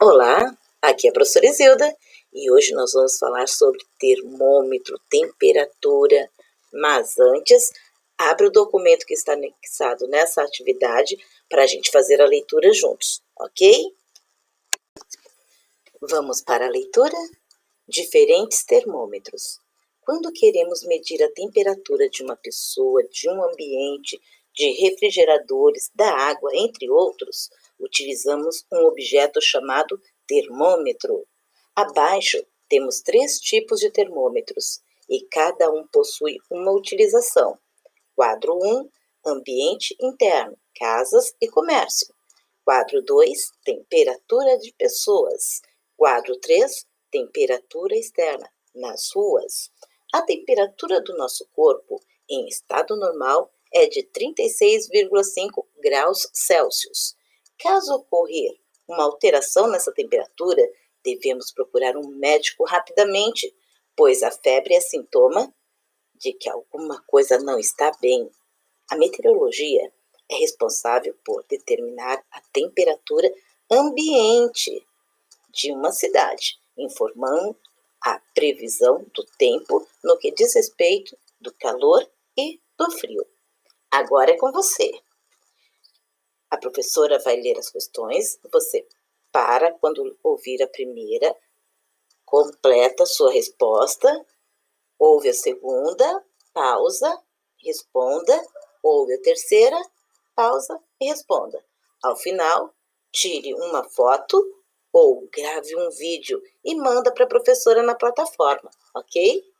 Olá, aqui é a professora Isilda e hoje nós vamos falar sobre termômetro, temperatura. Mas antes, abre o documento que está anexado nessa atividade para a gente fazer a leitura juntos, ok? Vamos para a leitura? Diferentes termômetros. Quando queremos medir a temperatura de uma pessoa, de um ambiente, de refrigeradores, da água, entre outros, utilizamos um objeto chamado termômetro. Abaixo temos 3 tipos de termômetros e cada um possui uma utilização. Quadro 1, ambiente interno, casas e comércio. Quadro 2, temperatura de pessoas. Quadro 3, temperatura externa, nas ruas. A temperatura do nosso corpo, em estado normal, é de 36,5 graus Celsius. Caso ocorrer uma alteração nessa temperatura, devemos procurar um médico rapidamente, pois a febre é sintoma de que alguma coisa não está bem. A meteorologia é responsável por determinar a temperatura ambiente de uma cidade, informando a previsão do tempo no que diz respeito do calor e do frio. Agora é com você. A professora vai ler as questões, você para quando ouvir a primeira, completa sua resposta, ouve a segunda, pausa, responda, ouve a terceira, pausa e responda. Ao final, tire uma foto ou grave um vídeo e manda para a professora na plataforma, ok?